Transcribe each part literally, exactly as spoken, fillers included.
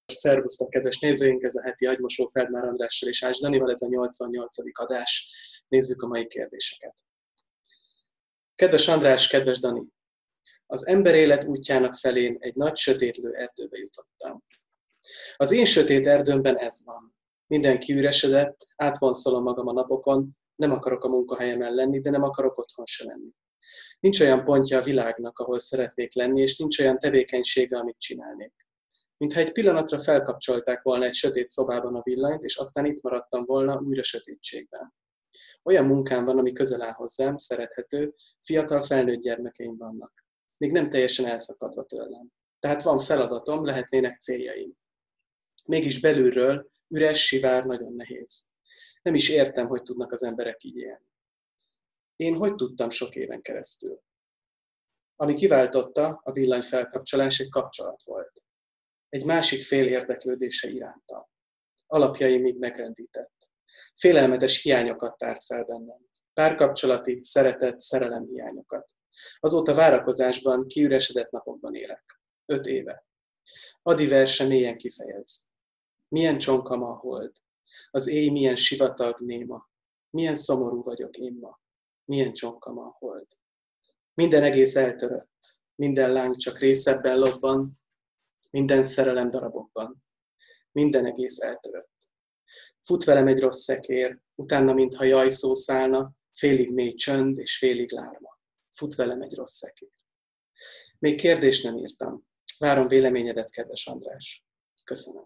Szervusztok, kedves nézőink! Ez a heti agymosó Feldmár Andrással és Ács Danival, ez a nyolcvannyolcadik adás. Nézzük a mai kérdéseket. Kedves András, kedves Dani! Az ember élet útjának felén egy nagy sötétlő erdőbe jutottam. Az én sötét erdőmben ez van. Mindenki üresedett, átvonszolom magam a napokon, nem akarok a munkahelyemen lenni, de nem akarok otthon se lenni. Nincs olyan pontja a világnak, ahol szeretnék lenni, és nincs olyan tevékenysége, amit csinálnék. Mintha egy pillanatra felkapcsolták volna egy sötét szobában a villanyt, és aztán itt maradtam volna újra sötétségben. Olyan munkám van, ami közel áll hozzám, szerethető, fiatal felnőtt gyermekeim vannak. Még nem teljesen elszakadva tőlem. Tehát van feladatom, lehetnének céljaim. Mégis belülről üres, sivár, nagyon nehéz. Nem is értem, hogy tudnak az emberek így élni. Én hogy tudtam sok éven keresztül? Ami kiváltotta, a villany felkapcsolás egy kapcsolat volt. Egy másik fél érdeklődése iránta. Alapjaimig megrendített. Félelmetes hiányokat tárt fel bennem. Párkapcsolati, szeretet, szerelem hiányokat. Azóta várakozásban, kiüresedett napokban élek. Öt éve. Adi verse mélyen kifejez. Milyen csonka ma a hold. Az éj milyen sivatag néma. Milyen szomorú vagyok én ma. Milyen csonka ma a hold. Minden egész eltörött. Minden láng csak részebben lobban. Minden szerelem darabokban. Minden egész eltörött. Fut velem egy rossz szekér, utána mintha jaj szó szállna, félig mély csönd és félig lárma. Fut velem egy rossz szekér. Még kérdést nem írtam. Várom véleményedet, kedves András. Köszönöm.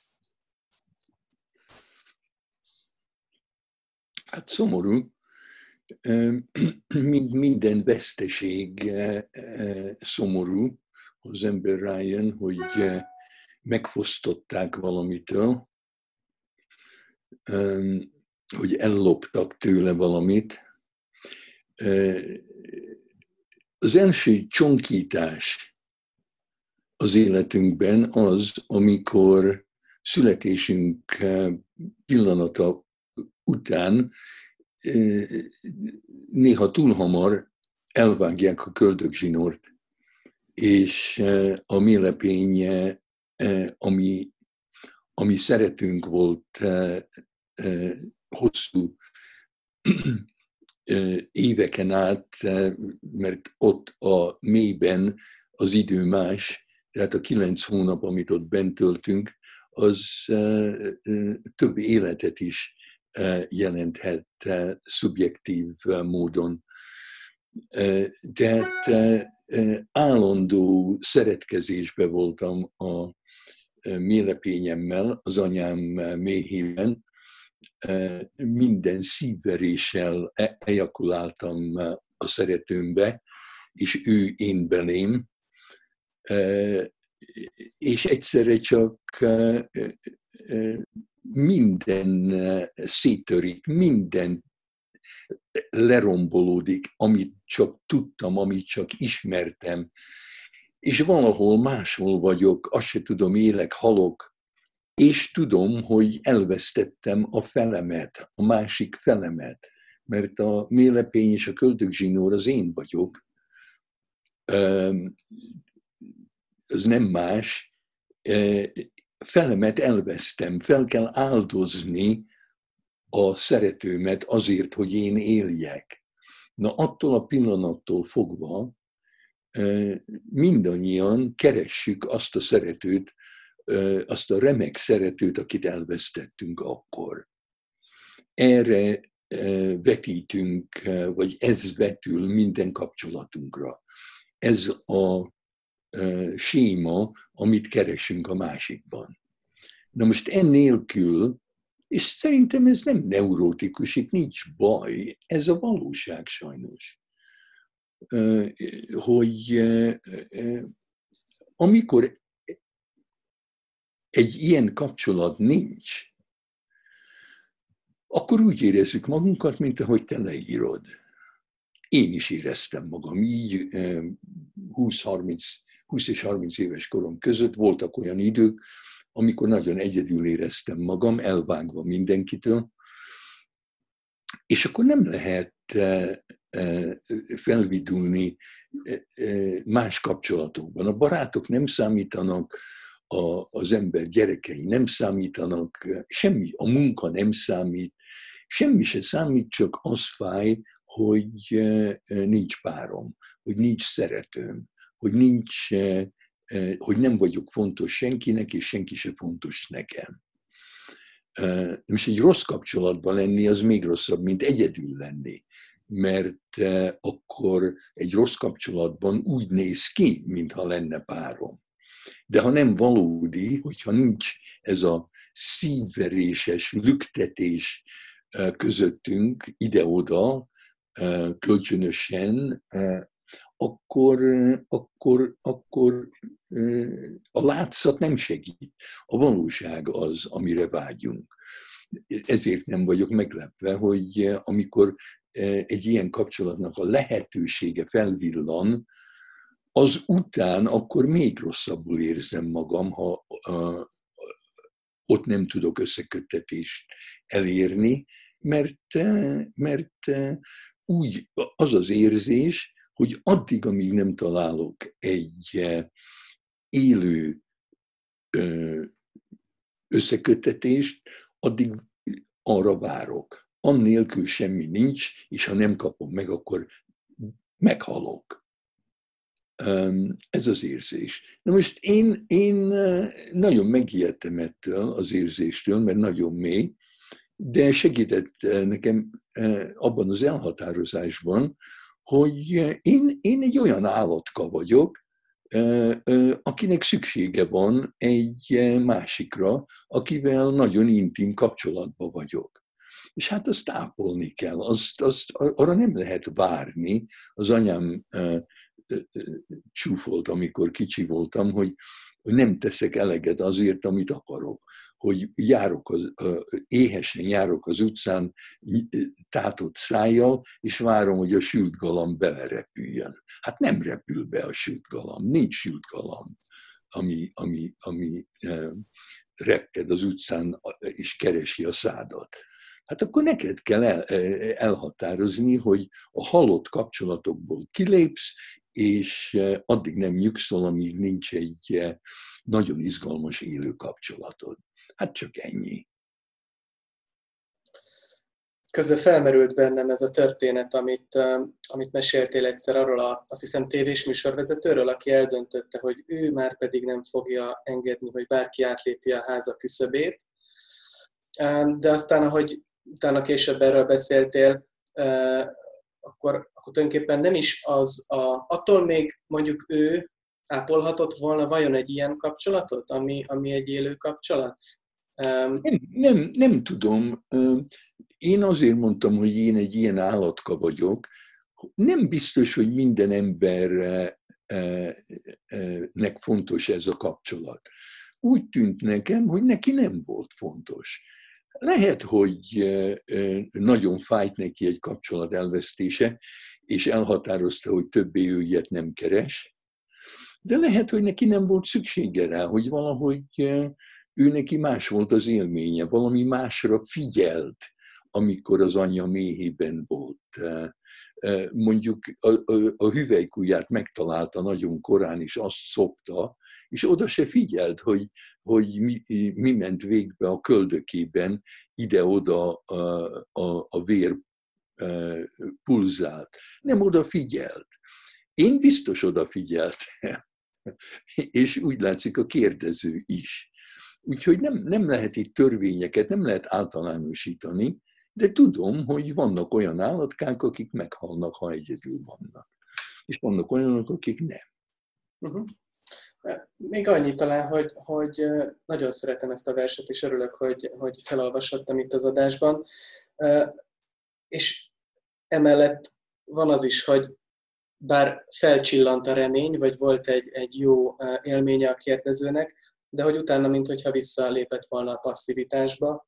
Hát szomorú. Minden veszteség szomorú. Az ember rájön, hogy megfosztották valamitől, hogy elloptak tőle valamit. Az első csonkítás az életünkben az, amikor születésünk pillanata után néha túl hamar elvágják a köldökzsinort, és a mélepény, ami, ami szeretünk volt hosszú éveken át, mert ott a mélyben az idő más, tehát a kilenc hónap, amit ott bent töltünk, az több életet is jelenthet szubjektív módon. Tehát állandó szeretkezésbe voltam a mélepényemmel, az anyám méhében. Minden szívveréssel ejakuláltam a szeretőmbe, és ő én belém. És egyszerre csak minden széttörik, minden lerombolódik, amit csak tudtam, amit csak ismertem. És valahol máshol vagyok, azt se tudom, élek, halok, és tudom, hogy elvesztettem a felemet, a másik felemet, mert a mélepény és a köldökzsinór az én vagyok. Az nem más. Felemet elvesztem, fel kell áldozni a szeretőmet azért, hogy én éljek. Na attól a pillanattól fogva mindannyian keressük azt a szeretőt, azt a remek szeretőt, akit elvesztettünk akkor. Erre vetítünk, vagy ez vetül minden kapcsolatunkra. Ez a séma, amit keresünk a másikban. Na most ennélkül, és szerintem ez nem neurotikus, itt nincs baj, ez a valóság sajnos, hogy amikor egy ilyen kapcsolat nincs, akkor úgy érezzük magunkat, mint ahogy te leírod. Én is éreztem magam így, húsz és harminc éves korom között voltak olyan idők, amikor nagyon egyedül éreztem magam, elvágva mindenkitől, és akkor nem lehet felvidulni más kapcsolatokban. A barátok nem számítanak, a, az ember gyerekei nem számítanak, semmi, a munka nem számít, semmi se számít, csak az fáj, hogy nincs párom, hogy nincs szeretőm, hogy nincs, hogy nem vagyok fontos senkinek, és senki se fontos nekem. Most egy rossz kapcsolatban lenni, az még rosszabb, mint egyedül lenni, mert akkor egy rossz kapcsolatban úgy néz ki, mintha lenne párom. De ha nem valódi, hogyha nincs ez a szívveréses lüktetés közöttünk ide-oda, kölcsönösen, akkor, akkor, akkor a látszat nem segít. A valóság az, amire vágyunk. Ezért nem vagyok meglepve, hogy amikor egy ilyen kapcsolatnak a lehetősége felvillan, az után akkor még rosszabbul érzem magam, ha ott nem tudok összeköttetést elérni, mert, mert úgy az az érzés, hogy addig, amíg nem találok egy élő összeköttetést, addig arra várok. Annélkül semmi nincs, és ha nem kapom meg, akkor meghalok. Ez az érzés. Na most én, én nagyon megijedtem ettől az érzéstől, mert nagyon mély, de segített nekem abban az elhatározásban, hogy én, én egy olyan állatka vagyok, akinek szüksége van egy másikra, akivel nagyon intim kapcsolatban vagyok. És hát azt ápolni kell, azt, azt, arra nem lehet várni. Az anyám csúfolt, amikor kicsi voltam, hogy nem teszek eleget azért, amit akarok. Hogy járok az, éhesen járok az utcán tátott szájjal, és várom, hogy a sült galamb belerepüljön. Hát nem repül be a sült galamb, nincs sült galamb, ami, ami, ami repked az utcán, és keresi a szádat. Hát akkor neked kell el, elhatározni, hogy a halott kapcsolatokból kilépsz, és addig nem nyugszol, amíg nincs egy nagyon izgalmas élő kapcsolatod. Hát csak ennyi. Közben felmerült bennem ez a történet, amit, amit meséltél egyszer arról a, azt hiszem, tévés műsorvezetőről, aki eldöntötte, hogy ő már pedig nem fogja engedni, hogy bárki átlépje a háza küszöbét. De aztán, ahogy utána később erről beszéltél, akkor, akkor tulajdonképpen nem is az, a, attól még mondjuk ő ápolhatott volna vajon egy ilyen kapcsolatot, ami, ami egy élő kapcsolat? Nem, nem, nem tudom. Én azért mondtam, hogy én egy ilyen állatka vagyok. Nem biztos, hogy minden embernek fontos ez a kapcsolat. Úgy tűnt nekem, hogy neki nem volt fontos. Lehet, hogy nagyon fájt neki egy kapcsolat elvesztése, és elhatározta, hogy többé ő ilyet nem keres, de lehet, hogy neki nem volt szüksége rá, hogy valahogy ő neki más volt az élménye, valami másra figyelt, amikor az anyja méhében volt. Mondjuk a, a, a hüvelykujját megtalálta nagyon korán, és azt szopta, és oda se figyelt, hogy, hogy mi, mi ment végbe a köldökében, ide-oda a, a, a vér pulzált. Nem oda figyelt. Én biztos odafigyeltem, és úgy látszik a kérdező is. Úgyhogy nem, nem lehet itt törvényeket, nem lehet általánosítani, de tudom, hogy vannak olyan állatkák, akik meghalnak, ha egyedül vannak. És vannak olyanok, akik nem. Uh-huh. Még annyit talán, hogy, hogy nagyon szeretem ezt a verset, és örülök, hogy, hogy felolvashattam itt az adásban. És emellett van az is, hogy bár felcsillant a remény, vagy volt egy, egy jó élménye a kérdezőnek, de hogy utána, minthogyha visszalépett volna a passzivitásba.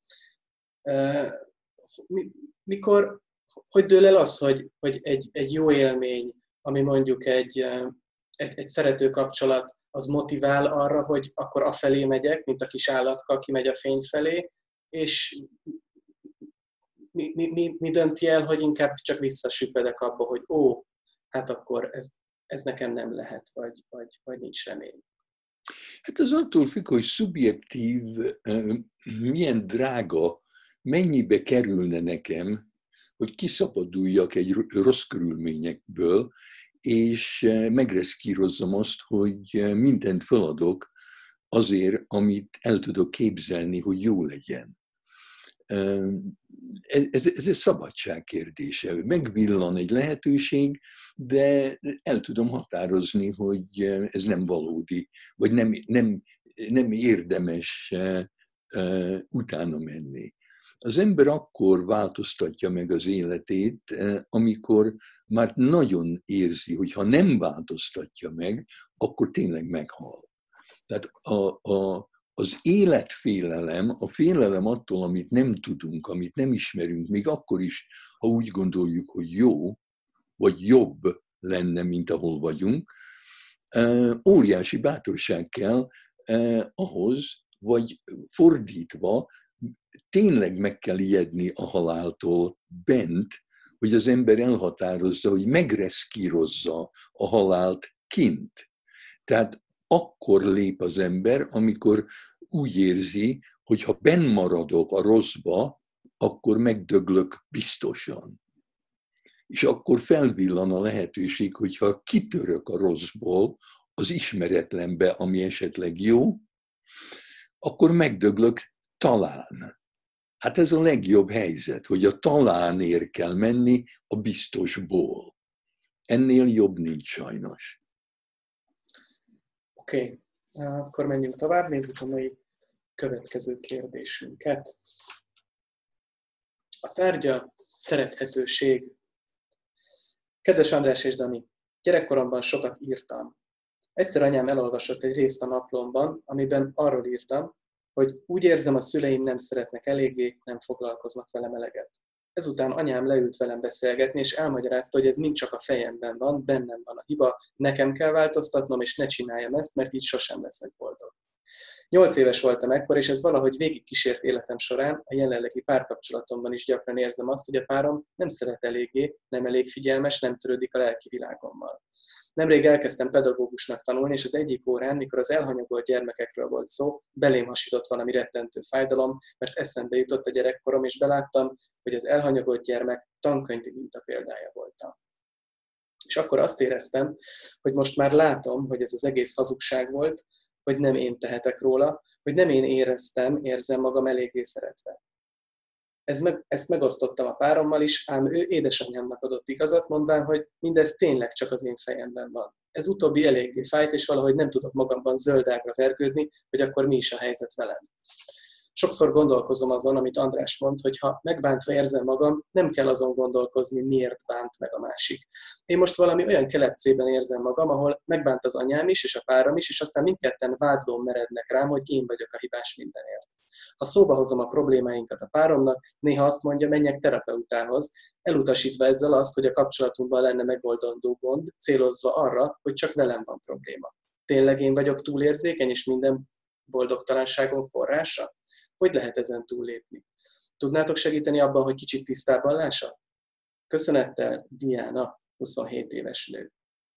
Mikor, hogy dől el az, hogy, hogy egy, egy jó élmény, ami mondjuk egy, egy, egy szerető kapcsolat, az motivál arra, hogy akkor afelé megyek, mint a kis állatka, aki megy a fény felé, és mi, mi, mi, mi dönti el, hogy inkább csak visszasüppedek abba, hogy ó, hát akkor ez, ez nekem nem lehet, vagy, vagy, vagy nincs remény. Hát az attól függ, hogy szubjektív, milyen drága, mennyibe kerülne nekem, hogy kiszabaduljak egy rossz körülményekből, és megreszkírozzam azt, hogy mindent feladok azért, amit el tudok képzelni, hogy jó legyen. Ez, ez egy szabadság kérdése. Megvillan egy lehetőség, de el tudom határozni, hogy ez nem valódi, vagy nem, nem, nem érdemes utána menni. Az ember akkor változtatja meg az életét, amikor már nagyon érzi, hogy ha nem változtatja meg, akkor tényleg meghal. Tehát a, a, az életfélelem, a félelem attól, amit nem tudunk, amit nem ismerünk, még akkor is, ha úgy gondoljuk, hogy jó, vagy jobb lenne, mint ahol vagyunk, óriási bátorság kell ahhoz, vagy fordítva, tényleg meg kell ijedni a haláltól bent, hogy az ember elhatározza, hogy megreszkírozza a halált kint. Tehát akkor lép az ember, amikor úgy érzi, hogy ha benn maradok a rosszba, akkor megdöglök biztosan. És akkor felvillan a lehetőség, hogyha kitörök a rosszból az ismeretlenbe, ami esetleg jó, akkor megdöglök talán. Hát ez a legjobb helyzet, hogy a talánért kell menni a biztosból. Ennél jobb nincs sajnos. Oké, okay. Akkor menjünk tovább, nézzük a mai következő kérdésünket. A tárgya szerethetőség. Kedves András és Dani, gyerekkoromban sokat írtam. Egyszer anyám elolvasott egy részt a naplomban, amiben arról írtam, hogy úgy érzem, a szüleim nem szeretnek eléggé, nem foglalkoznak velem eleget. Ezután anyám leült velem beszélgetni, és elmagyarázta, hogy ez mind csak a fejemben van, bennem van a hiba, nekem kell változtatnom, és ne csináljam ezt, mert így sosem leszek boldog. Nyolc éves voltam ekkor, és ez valahogy végig kísért életem során, a jelenlegi párkapcsolatomban is gyakran érzem azt, hogy a párom nem szeret eléggé, nem elég figyelmes, nem törődik a lelki világommal. Nemrég elkezdtem pedagógusnak tanulni, és az egyik órán, mikor az elhanyagolt gyermekekről volt szó, belém hasított valami rettentő fájdalom, mert eszembe jutott a gyerekkorom, és beláttam, hogy az elhanyagolt gyermek tankönyvi mintapéldája voltam. És akkor azt éreztem, hogy most már látom, hogy ez az egész hazugság volt, hogy nem én tehetek róla, hogy nem én éreztem, érzem magam eléggé szeretve. Ez meg, ezt megosztottam a párommal is, ám ő édesanyámnak adott igazat, mondván, hogy mindez tényleg csak az én fejemben van. Ez utóbbi eléggé fájt, és valahogy nem tudok magamban zöldágra vergődni, hogy akkor mi is a helyzet velem. Sokszor gondolkozom azon, amit András mond, hogy ha megbántva érzem magam, nem kell azon gondolkozni, miért bánt meg a másik. Én most valami olyan kelepcében érzem magam, ahol megbánt az anyám is, és a párom is, és aztán mindketten vádlón merednek rám, hogy én vagyok a hibás mindenért. Ha szóba hozom a problémáinkat a páromnak, néha azt mondja, menjek terapeutához, elutasítva ezzel azt, hogy a kapcsolatunkban lenne megoldandó gond, célozva arra, hogy csak velem van probléma. Tényleg én vagyok túlérzékeny, és minden boldogtalanságom forrása? Hogy lehet ezen túllépni? Tudnátok segíteni abban, hogy kicsit tisztában lássa? Köszönettel, Diana, huszonhét éves nő.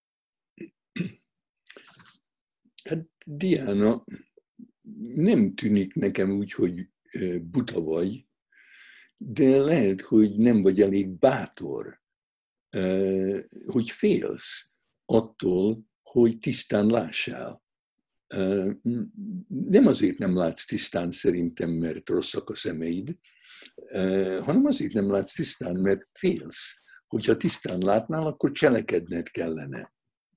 Hát Diana, nem tűnik nekem úgy, hogy buta vagy, de lehet, hogy nem vagy elég bátor, hogy félsz attól, hogy tisztán lássál. Nem azért nem látsz tisztán szerintem, mert rosszak a szemeid, hanem azért nem látsz tisztán, mert félsz. Hogyha tisztán látnál, akkor cselekedned kellene.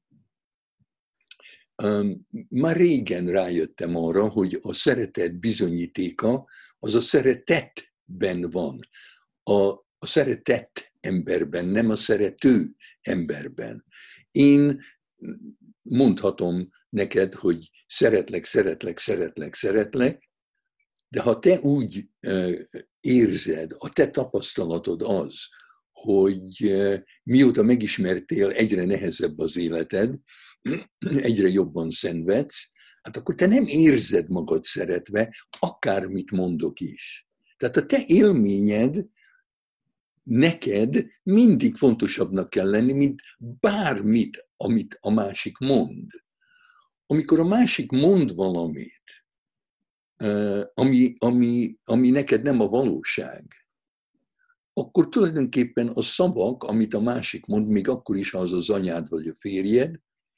Már régen rájöttem arra, hogy a szeretet bizonyítéka az a szeretetben van. A, a szeretett emberben, nem a szerető emberben. Én mondhatom neked, hogy szeretlek, szeretlek, szeretlek, szeretlek, de ha te úgy érzed, a te tapasztalatod az, hogy mióta megismertél, egyre nehezebb az életed, egyre jobban szenvedsz, hát akkor te nem érzed magad szeretve, akármit mondok is. Tehát a te élményed neked mindig fontosabbnak kell lenni, mint bármit, amit a másik mond. amikor a másik mond valamit, ami, ami, ami neked nem a valóság, akkor tulajdonképpen a szavak, amit a másik mond, még akkor is, ha az az anyád vagy a férjed,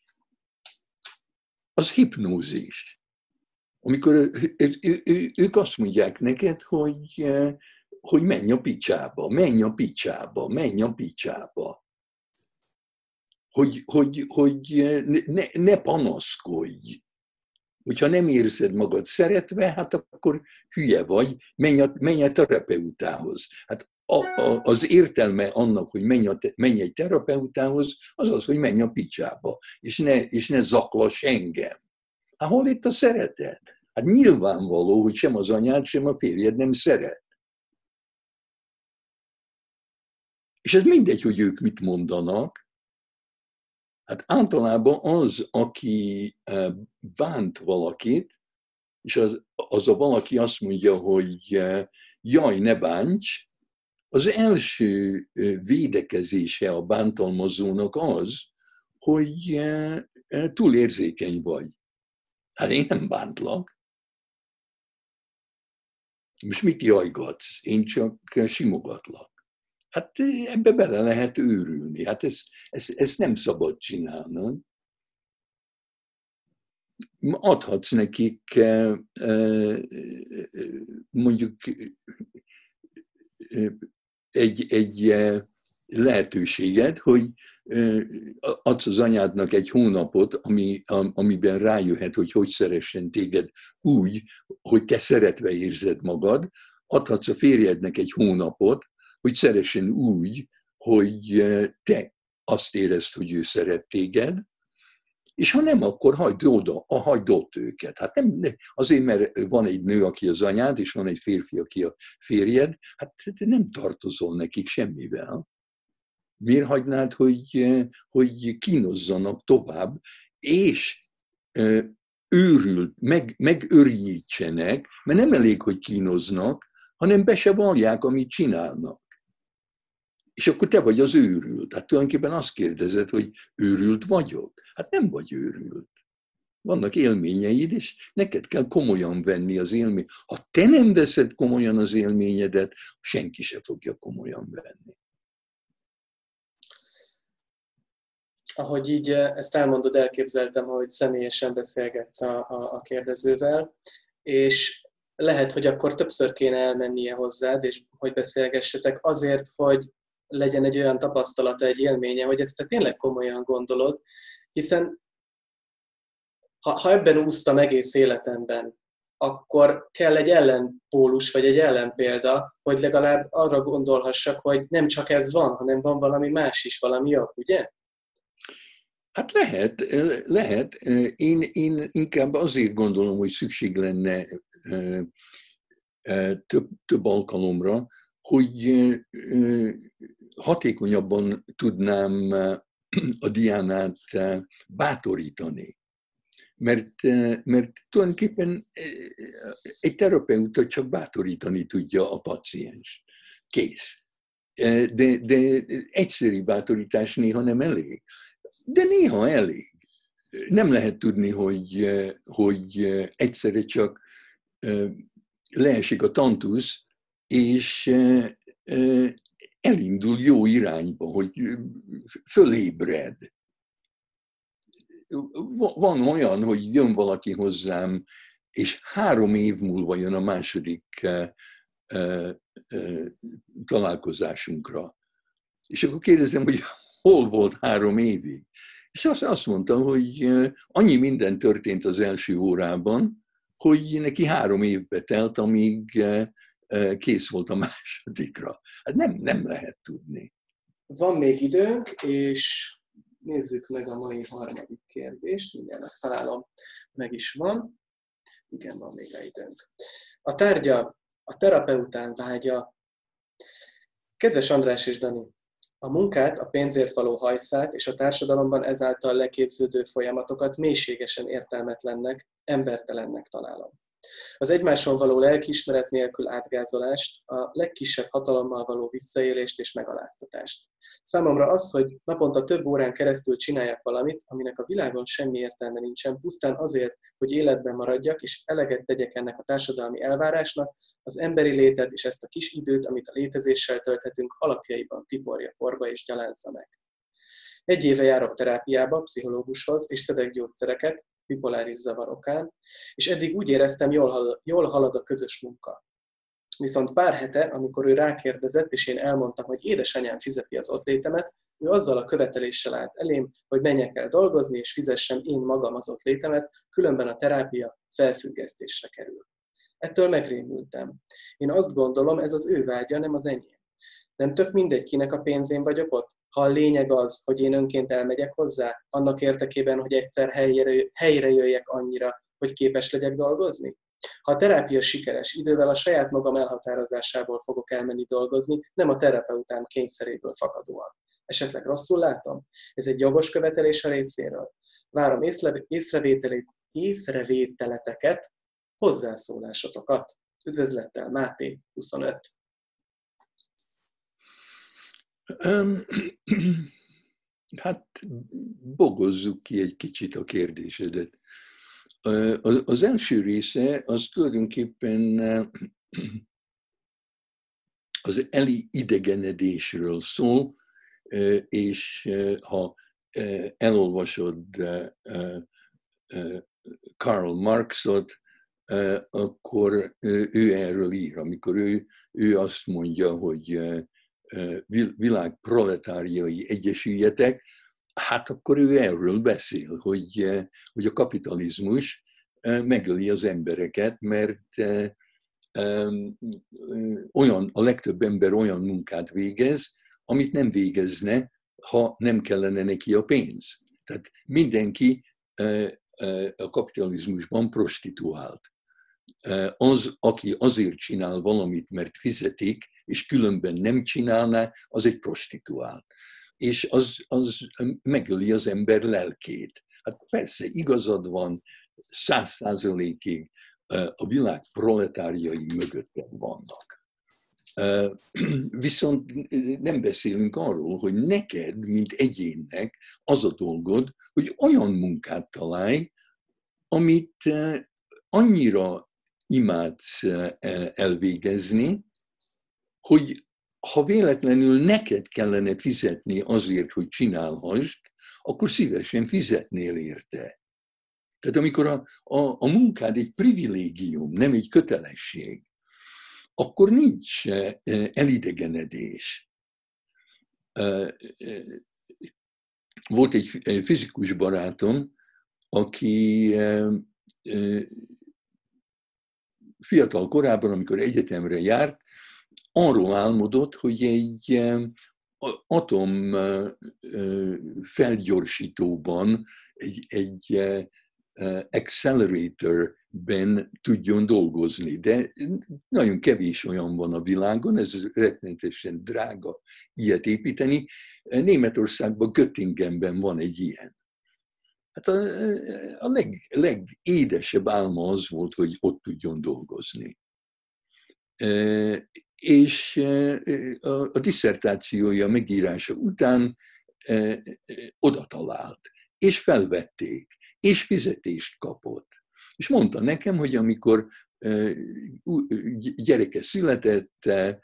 az hipnózis. Amikor ők azt mondják neked, hogy, hogy menj a picsába, menj a picsába, menj a picsába. Hogy, hogy, hogy ne, ne panaszkodj. Hogyha nem érzed magad szeretve, hát akkor hülye vagy, menj a, menj a terapeutához. Hát a, a, az értelme annak, hogy menj, a, menj egy terapeutához, az az, hogy menj a picsába, és ne, és ne zaklass engem. Hát hol itt a szeretet? Hát nyilvánvaló, hogy sem az anyád, sem a férjed nem szeret. És ez mindegy, hogy ők mit mondanak. Hát általában az, aki bánt valakit, és az, az a valaki azt mondja, hogy jaj, ne bánts, az első védekezése a bántalmazónak az, hogy túl érzékeny vagy. Hát én nem bántlak. Most mit jajgatsz? Én csak simogatlak. Hát ebbe bele lehet őrülni. Hát ezt, ezt, ezt nem szabad csinálni. Adhatsz nekik mondjuk egy, egy lehetőséget, hogy adsz az anyádnak egy hónapot, ami, amiben rájöhet, hogy hogy szeressen téged úgy, hogy te szeretve érzed magad. Adhatsz a férjednek egy hónapot, hogy szeressen úgy, hogy te azt érezd, hogy ő szeret téged, és ha nem, akkor hagyd oda, hagyd ott őket. Hát nem, azért, mert van egy nő, aki az anyád, és van egy férfi, aki a férjed, hát nem tartozol nekik semmivel. Miért hagynád, hogy, hogy kínozzanak tovább, és őrült, meg, megörjítsenek, mert nem elég, hogy kínoznak, hanem be se vallják, amit csinálnak. És akkor te vagy az őrült. Hát tulajdonképpen azt kérdezed, hogy őrült vagyok? Hát nem vagy őrült. Vannak élményeid, és neked kell komolyan venni az élményt. Ha te nem veszed komolyan az élményedet, senki se fogja komolyan venni. Ahogy így ezt elmondod, elképzeltem, hogy személyesen beszélgetsz a, a, a kérdezővel, és lehet, hogy akkor többször kéne elmennie hozzád, és hogy beszélgessetek azért, hogy legyen egy olyan tapasztalata, egy élménye, hogy ezt te tényleg komolyan gondolod, hiszen ha, ha ebben úsztam egész életemben, akkor kell egy ellenpólus, vagy egy ellenpélda, hogy legalább arra gondolhassak, hogy nem csak ez van, hanem van valami más is, valami jobb, ugye? Hát lehet, lehet. Én, én inkább azért gondolom, hogy szükség lenne több, több alkalomra, hogy hatékonyabban tudnám a Diánát bátorítani. Mert, mert tulajdonképpen egy terapeuta csak bátorítani tudja a paciens. Kész. De, de egyszerű bátorítás néha nem elég. De néha elég. Nem lehet tudni, hogy, hogy egyszerre csak leesik a tantusz, és elindul jó irányba, hogy fölébred. Van olyan, hogy jön valaki hozzám, és három év múlva jön a második találkozásunkra. És akkor kérdezem, hogy hol volt három évig? És azt mondta, hogy annyi minden történt az első órában, hogy neki három évbe telt, amíg kész volt a másodikra. Hát nem, nem lehet tudni. Van még időnk, és nézzük meg a mai harmadik kérdést. Mindjárt megtalálom, meg is van. Igen, van még egy időnk. A tárgya, a terapeután vágya. Kedves András és Dani, a munkát, a pénzért való hajszát és a társadalomban ezáltal leképződő folyamatokat mélységesen értelmetlennek, embertelennek találom. Az egymáson való lelkiismeret nélkül átgázolást, a legkisebb hatalommal való visszaélést és megaláztatást. Számomra az, hogy naponta több órán keresztül csináljak valamit, aminek a világon semmi értelme nincsen, pusztán azért, hogy életben maradjak, és eleget tegyek ennek a társadalmi elvárásnak, az emberi létet és ezt a kis időt, amit a létezéssel tölthetünk, alapjaiban tiporja porba és gyalázza meg. Egy éve járok terápiába, pszichológushoz, és szedek gyógyszereket, bipoláris zavarokán, és eddig úgy éreztem, jól halad, jól halad a közös munka. Viszont pár hete, amikor ő rákérdezett, és én elmondtam, hogy édesanyám fizeti az ott létemet, ő azzal a követeléssel állt elém, hogy menjek el dolgozni, és fizessem én magam az ott létemet, különben a terápia felfüggesztésre kerül. Ettől megrémültem. Én azt gondolom, ez az ő vágya, nem az enyém. Nem tök mindegy, kinek a pénzén vagyok ott? Ha a lényeg az, hogy én önként elmegyek hozzá, annak érdekében, hogy egyszer helyre, helyre jöjjek annyira, hogy képes legyek dolgozni? Ha a terápia sikeres, idővel a saját magam elhatározásából fogok elmenni dolgozni, nem a terapeutám kényszeréből fakadóan. Esetleg rosszul látom? Ez egy jogos követelés a részéről. Várom észrevételeteket, hozzászólásotokat. Üdvözlettel, Máté, huszonöt. Um, hát bogozzuk ki egy kicsit a kérdésedet. Az első része az tulajdonképpen az elidegenedésről szól, és ha elolvasod Karl Marxot, akkor ő erről ír, amikor ő, ő azt mondja, hogy világ proletáriai egyesüljetek, hát akkor ő erről beszél, hogy, hogy a kapitalizmus megöli az embereket, mert olyan, a legtöbb ember olyan munkát végez, amit nem végezne, ha nem kellene neki a pénz. Tehát mindenki a kapitalizmusban prostituált. Az, aki azért csinál valamit, mert fizetik, és különben nem csinálná, az egy prostituál. És az, az megöli az ember lelkét. Hát persze, igazad van, száz százalékig a világ proletáriai mögötted vannak. Viszont nem beszélünk arról, hogy neked, mint egyénnek az a dolgod, hogy olyan munkát találj, amit annyira imádsz elvégezni, hogy ha véletlenül neked kellene fizetni azért, hogy csinálhassd, akkor szívesen fizetnél érte. Tehát amikor a, a, a munkád egy privilégium, nem egy kötelesség, akkor nincs elidegenedés. Volt egy fizikus barátom, aki fiatal korában, amikor egyetemre járt, arról álmodott, hogy egy atom felgyorsítóban, egy, egy acceleratorben tudjon dolgozni. De nagyon kevés olyan van a világon, ez rettenetesen drága ilyet építeni. Németországban, Göttingenben van egy ilyen. Hát a, a leg, legédesebb álma az volt, hogy ott tudjon dolgozni. E, és a, a disszertációja megírása után e, oda talált, és felvették, és fizetést kapott. És mondta nekem, hogy amikor e, gyereke született, e,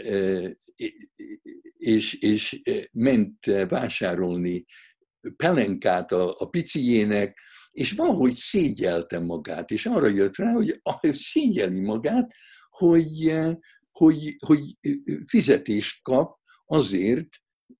és, és ment vásárolni pelenkát a, a piciének, és valahogy szégyelte magát, és arra jött rá, hogy szégyeli magát, hogy, hogy, hogy fizetést kap azért,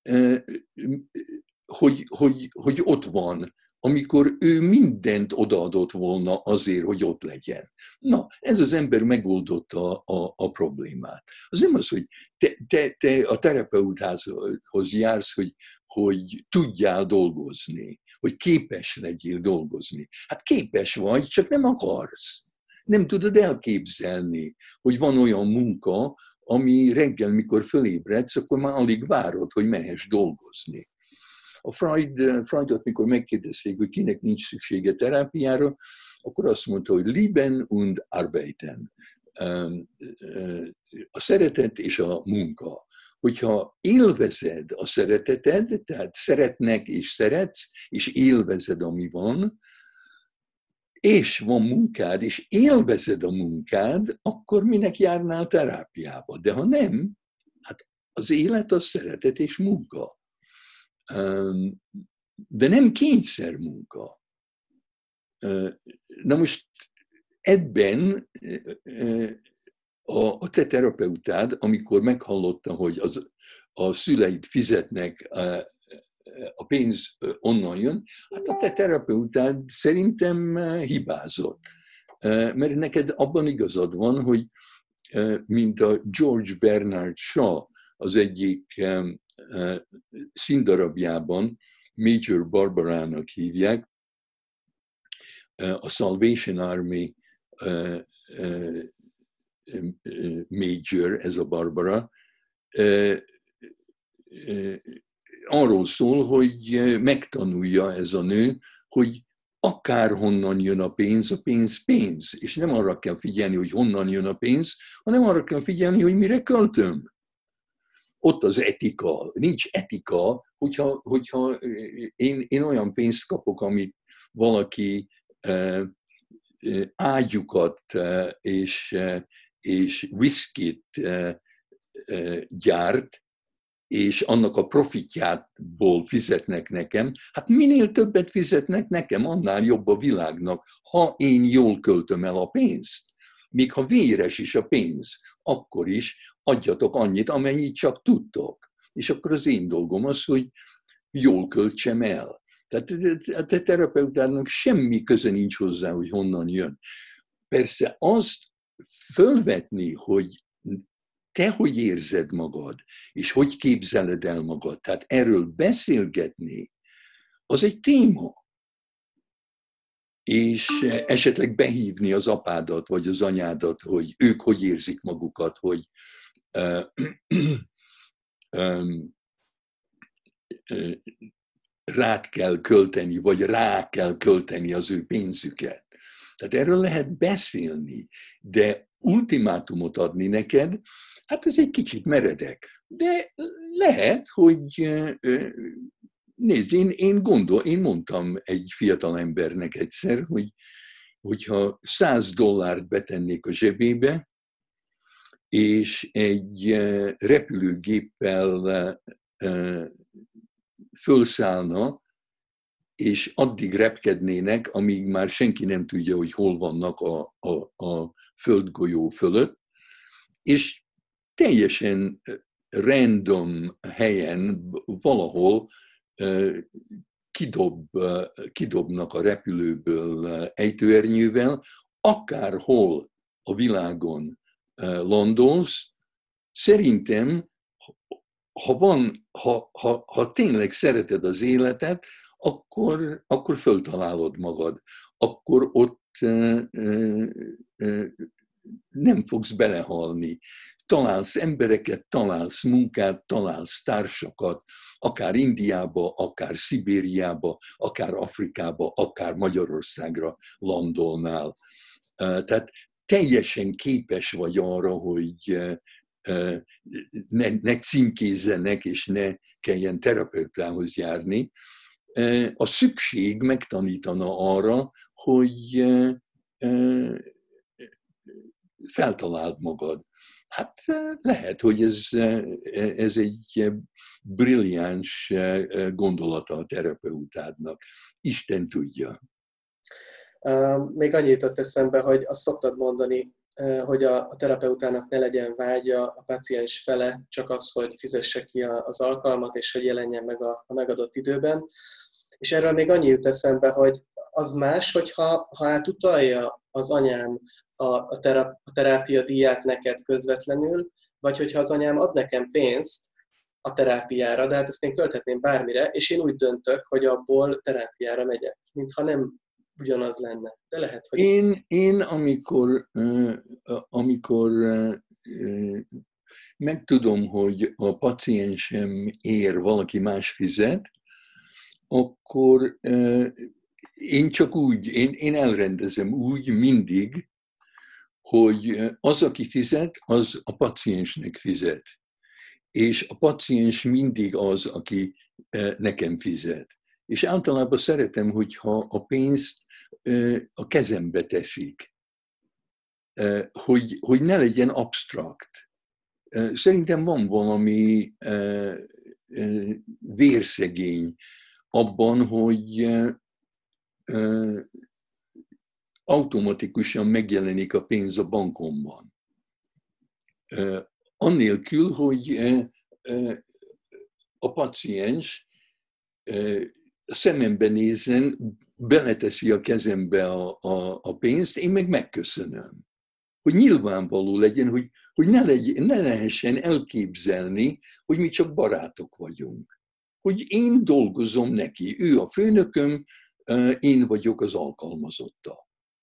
hogy, hogy, hogy ott van, amikor ő mindent odaadott volna azért, hogy ott legyen. Na, ez az ember megoldotta a, a, a problémát. Az nem az, hogy te, te, te a terapeuthoz jársz, hogy, hogy tudjál dolgozni, hogy képes legyél dolgozni. Hát képes vagy, csak nem akarsz. Nem tudod elképzelni, hogy van olyan munka, ami reggel, mikor fölébredsz, akkor már alig várod, hogy mehess dolgozni. A Freud, Freudot, mikor megkérdezték, hogy kinek nincs szüksége terápiára, akkor azt mondta, hogy lieben und arbeiten. A szeretet és a munka. Hogyha élvezed a szereteted, tehát szeretnek és szeretsz, és élvezed, ami van, és van munkád, és élvezed a munkád, akkor minek járnál terápiába? De ha nem, hát az élet az szeretet és munka. De nem kényszer munka. Na most ebben a te terapeutád, amikor meghallotta, hogy az, a szüleid fizetnek, a pénz onnan jön, hát a te terapeutád szerintem hibázott. Mert neked abban igazad van, hogy mint a George Bernard Shaw az egyik színdarabjában, Major Barbarának hívják, a Salvation Army Major, ez a Barbara, arról szól, hogy megtanulja ez a nő, hogy akárhonnan jön a pénz, a pénz pénz, és nem arra kell figyelni, hogy honnan jön a pénz, hanem arra kell figyelni, hogy mire költöm. Ott az etika. Nincs etika, hogyha, hogyha én, én olyan pénzt kapok, amit valaki ágyukat és, és whiskyt gyárt, és annak a profitjából fizetnek nekem, hát minél többet fizetnek nekem, annál jobb a világnak, ha én jól költöm el a pénzt. Még ha véres is a pénz, akkor is adjatok annyit, amennyit csak tudtok. És akkor az én dolgom az, hogy jól költsem el. Tehát a te terapeutának semmi köze nincs hozzá, hogy honnan jön. Persze azt fölvetni, hogy te hogy érzed magad, és hogy képzeled el magad, tehát erről beszélgetni, az egy téma. És esetleg behívni az apádat, vagy az anyádat, hogy ők hogy érzik magukat, hogy uh, um, uh, rád kell költeni, vagy rá kell költeni az ő pénzüket. Tehát erről lehet beszélni, de ultimátumot adni neked, hát ez egy kicsit meredek. De lehet, hogy nézd, én, én gondol, én mondtam egy fiatal embernek egyszer, hogy hogyha száz dollárt betennék a zsebébe, és egy repülőgéppel fölszállna, és addig repkednének, amíg már senki nem tudja, hogy hol vannak a, a, a földgolyó fölött, és teljesen random helyen valahol kidob, kidobnak a repülőből ejtőernyővel, akárhol a világon landolsz, szerintem, ha, van, ha, ha, ha tényleg szereted az életet, akkor, akkor föltalálod magad. Akkor ott nem fogsz belehalni. Találsz embereket, találsz munkát, találsz társakat, akár Indiába, akár Szibériába, akár Afrikába, akár Magyarországra landolnál. Tehát teljesen képes vagy arra, hogy ne, ne címkézzenek, és ne kelljen terapeutához járni. A szükség megtanítana arra, hogy feltaláld magad. Hát lehet, hogy ez, ez egy brilliáns gondolata a terapeutádnak. Isten tudja. Még annyi jutott eszembe, hogy azt szoktad mondani, hogy a terapeutának ne legyen vágya a páciens fele, csak az, hogy fizesse ki az alkalmat, és hogy jelenjen meg a, a megadott időben. És erről még annyi jut eszembe, hogy az más, hogyha ha átutalja az anyám a, a, terap, a terápia díját neked közvetlenül, vagy hogyha az anyám ad nekem pénzt a terápiára, de hát ezt én költhetném bármire, és én úgy döntök, hogy abból terápiára megyek, mintha nem ugyanaz lenne. De lehet, hogy... Én, én amikor, amikor megtudom, hogy a paciensem ér, valaki más fizet, akkor én csak úgy, én, én elrendezem úgy mindig, hogy az, aki fizet, az a paciensnek fizet. És a paciens mindig az, aki nekem fizet. És általában szeretem, hogyha a pénzt a kezembe teszik, hogy, hogy ne legyen absztrakt. Szerintem van valami vérszegény abban, hogy automatikusan megjelenik a pénz a bankomban. Annélkül, hogy a paciens szemembe nézzen, beleteszi a kezembe a, a, a pénzt, én meg megköszönöm. Hogy nyilvánvaló legyen, hogy, hogy ne, legyen, ne lehessen elképzelni, hogy mi csak barátok vagyunk. Hogy én dolgozom neki, ő a főnököm, én vagyok az alkalmazotta.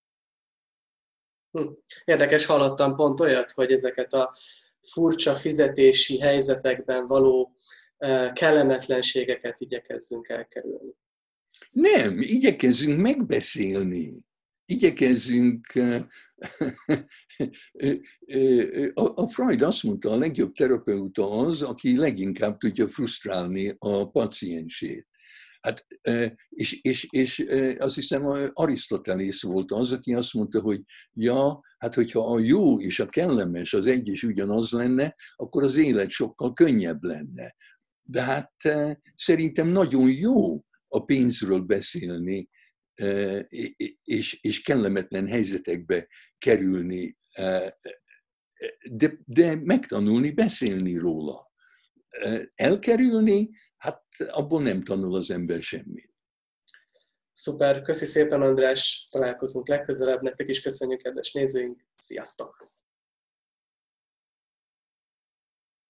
Érdekes, hallottam pont olyat, hogy ezeket a furcsa fizetési helyzetekben való kellemetlenségeket igyekezzünk elkerülni. Nem, igyekezzünk megbeszélni. Igyekezzünk... A Freud azt mondta, a legjobb terapeuta az, aki leginkább tudja frusztrálni a paciensét. Hát, és, és, és azt hiszem, Arisztotelész volt az, aki azt mondta, hogy ja, hát hogyha a jó és a kellemes az egy és ugyanaz lenne, akkor az élet sokkal könnyebb lenne. De hát szerintem nagyon jó a pénzről beszélni, és, és kellemetlen helyzetekbe kerülni, de, de megtanulni beszélni róla. Elkerülni, hát abból nem tanul az ember semmit. Szuper, köszi szépen, András, találkozunk legközelebb, nektek is köszönjük, kedves nézőink, sziasztok!